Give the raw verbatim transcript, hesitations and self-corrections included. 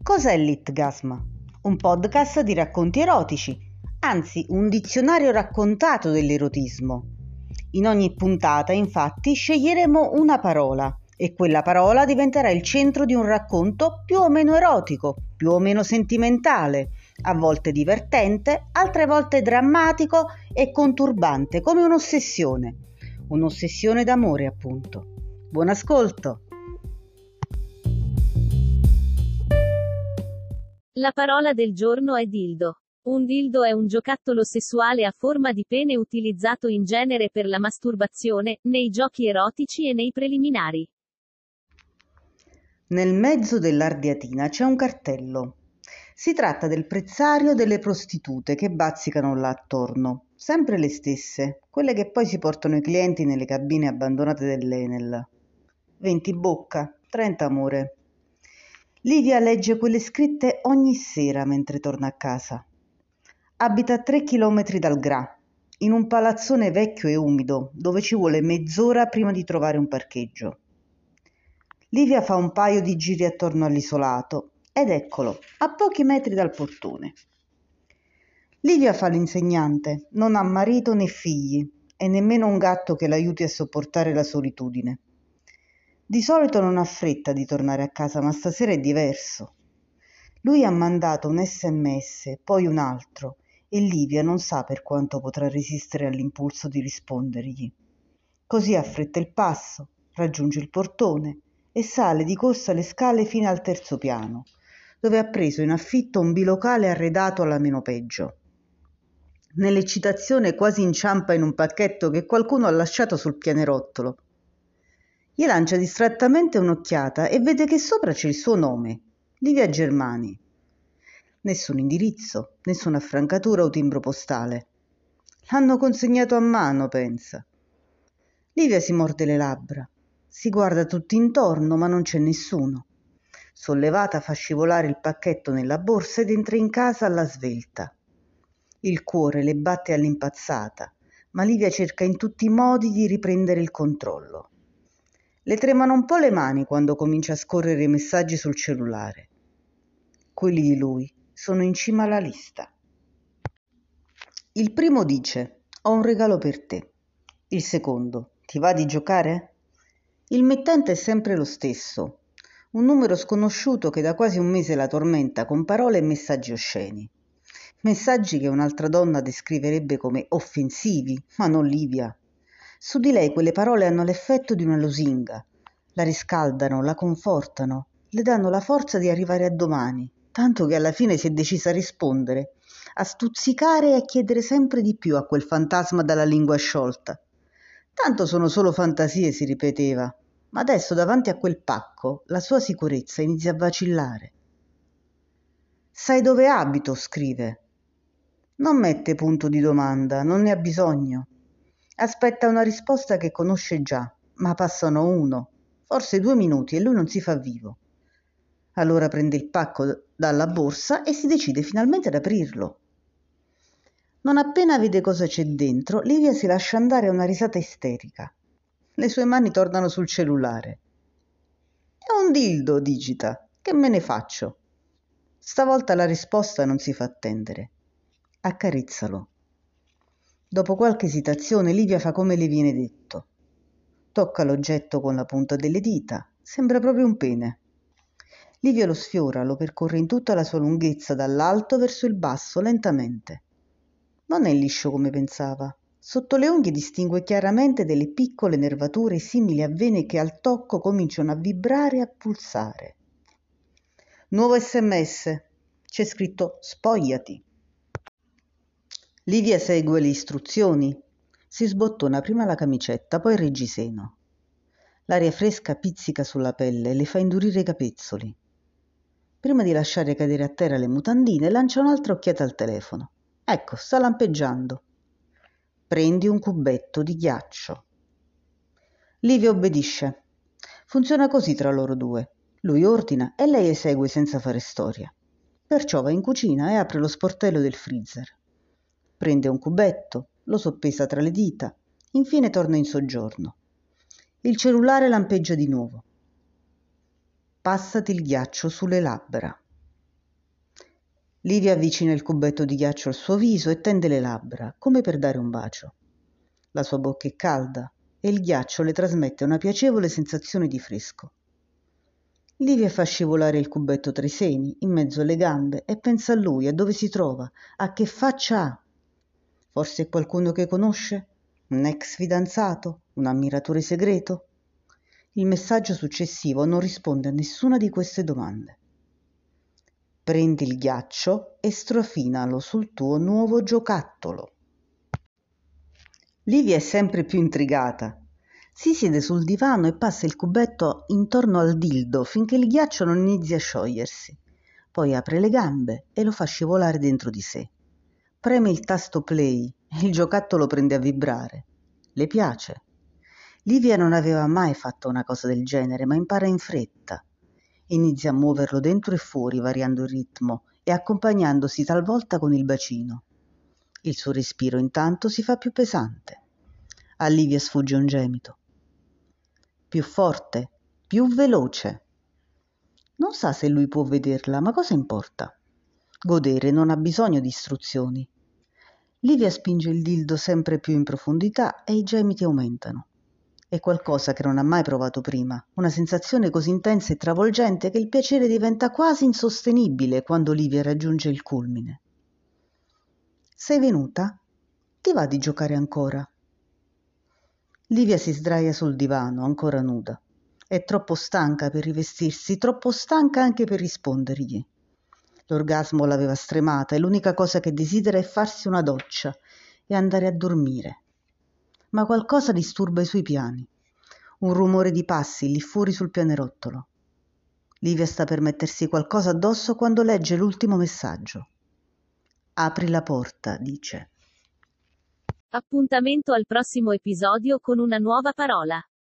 Cos'è l'Itgasm? Un podcast di racconti erotici, anzi un dizionario raccontato dell'erotismo. In ogni puntata, infatti, sceglieremo una parola e quella parola diventerà il centro di un racconto più o meno erotico, più o meno sentimentale, a volte divertente, altre volte drammatico e conturbante, come un'ossessione. Un'ossessione d'amore, appunto. Buon ascolto! La parola del giorno è dildo. Un dildo è un giocattolo sessuale a forma di pene utilizzato in genere per la masturbazione, nei giochi erotici e nei preliminari. Nel mezzo dell'Ardiatina c'è un cartello. Si tratta del prezzario delle prostitute che bazzicano là attorno, sempre le stesse, quelle che poi si portano i clienti nelle cabine abbandonate dell'Enel. venti bocca, trenta amore. Livia legge quelle scritte ogni sera mentre torna a casa. Abita a tre chilometri dal Gra, in un palazzone vecchio e umido, dove ci vuole mezz'ora prima di trovare un parcheggio. Livia fa un paio di giri attorno all'isolato ed eccolo, a pochi metri dal portone. Livia fa l'insegnante, non ha marito né figli e nemmeno un gatto che l'aiuti a sopportare la solitudine. Di solito non ha fretta di tornare a casa, ma stasera è diverso. Lui ha mandato un sms, poi un altro, e Livia non sa per quanto potrà resistere all'impulso di rispondergli. Così affretta il passo, raggiunge il portone e sale di corsa le scale fino al terzo piano, dove ha preso in affitto un bilocale arredato alla meno peggio. Nell'eccitazione quasi inciampa in un pacchetto che qualcuno ha lasciato sul pianerottolo. Gli lancia distrattamente un'occhiata e vede che sopra c'è il suo nome, Livia Germani. Nessun indirizzo, nessuna francatura o timbro postale. L'hanno consegnato a mano, pensa. Livia si morde le labbra, si guarda tutt'intorno ma non c'è nessuno. Sollevata fa scivolare il pacchetto nella borsa ed entra in casa alla svelta. Il cuore le batte all'impazzata, ma Livia cerca in tutti i modi di riprendere il controllo. Le tremano un po' le mani quando comincia a scorrere i messaggi sul cellulare. Quelli di lui sono in cima alla lista. Il primo dice: ho un regalo per te. Il secondo: ti va di giocare? Il mittente è sempre lo stesso, un numero sconosciuto che da quasi un mese la tormenta con parole e messaggi osceni. Messaggi che un'altra donna descriverebbe come offensivi, ma non Livia. Su di lei quelle parole hanno l'effetto di una lusinga, la riscaldano, la confortano, le danno la forza di arrivare a domani, tanto che alla fine si è decisa a rispondere, a stuzzicare e a chiedere sempre di più a quel fantasma dalla lingua sciolta. Tanto sono solo fantasie, si ripeteva, ma adesso davanti a quel pacco la sua sicurezza inizia a vacillare. Sai dove abito? Scrive. Non mette punto di domanda, non ne ha bisogno. Aspetta una risposta che conosce già, ma passano uno, forse due minuti e lui non si fa vivo. Allora prende il pacco dalla borsa e si decide finalmente ad aprirlo. Non appena vede cosa c'è dentro, Livia si lascia andare a una risata isterica. Le sue mani tornano sul cellulare. È un dildo, digita. Che me ne faccio? Stavolta la risposta non si fa attendere. Accarezzalo. Dopo qualche esitazione, Livia fa come le viene detto. Tocca l'oggetto con la punta delle dita. Sembra proprio un pene. Livia lo sfiora, lo percorre in tutta la sua lunghezza dall'alto verso il basso, lentamente. Non è liscio come pensava. Sotto le unghie distingue chiaramente delle piccole nervature simili a vene che al tocco cominciano a vibrare e a pulsare. Nuovo sms. C'è scritto spogliati. Livia segue le istruzioni. Si sbottona prima la camicetta, poi il reggiseno. L'aria fresca pizzica sulla pelle e le fa indurire i capezzoli. Prima di lasciare cadere a terra le mutandine, lancia un'altra occhiata al telefono. Ecco, sta lampeggiando. Prendi un cubetto di ghiaccio. Livia obbedisce. Funziona così tra loro due. Lui ordina e lei esegue senza fare storia. Perciò va in cucina e apre lo sportello del freezer. Prende un cubetto, lo soppesa tra le dita, infine torna in soggiorno. Il cellulare lampeggia di nuovo. Passati il ghiaccio sulle labbra. Livia avvicina il cubetto di ghiaccio al suo viso e tende le labbra, come per dare un bacio. La sua bocca è calda e il ghiaccio le trasmette una piacevole sensazione di fresco. Livia fa scivolare il cubetto tra i seni, in mezzo alle gambe, e pensa a lui, a dove si trova, a che faccia ha. Forse è qualcuno che conosce? Un ex fidanzato? Un ammiratore segreto? Il messaggio successivo non risponde a nessuna di queste domande. Prendi il ghiaccio e strofinalo sul tuo nuovo giocattolo. Livia è sempre più intrigata. Si siede sul divano e passa il cubetto intorno al dildo finché il ghiaccio non inizia a sciogliersi. Poi apre le gambe e lo fa scivolare dentro di sé. Preme il tasto play e il giocattolo prende a vibrare. Le piace. Livia non aveva mai fatto una cosa del genere, ma impara in fretta. Inizia a muoverlo dentro e fuori, variando il ritmo e accompagnandosi talvolta con il bacino. Il suo respiro intanto si fa più pesante. A Livia sfugge un gemito. Più forte, più veloce. Non sa se lui può vederla, ma cosa importa? Godere non ha bisogno di istruzioni. Livia spinge il dildo sempre più in profondità e i gemiti aumentano. È qualcosa che non ha mai provato prima, una sensazione così intensa e travolgente che il piacere diventa quasi insostenibile quando Livia raggiunge il culmine. Sei venuta? Ti va di giocare ancora? Livia si sdraia sul divano, ancora nuda. È troppo stanca per rivestirsi, troppo stanca anche per rispondergli. L'orgasmo l'aveva stremata e l'unica cosa che desidera è farsi una doccia e andare a dormire. Ma qualcosa disturba i suoi piani. Un rumore di passi lì fuori sul pianerottolo. Livia sta per mettersi qualcosa addosso quando legge l'ultimo messaggio. Apri la porta, dice. Appuntamento al prossimo episodio con una nuova parola.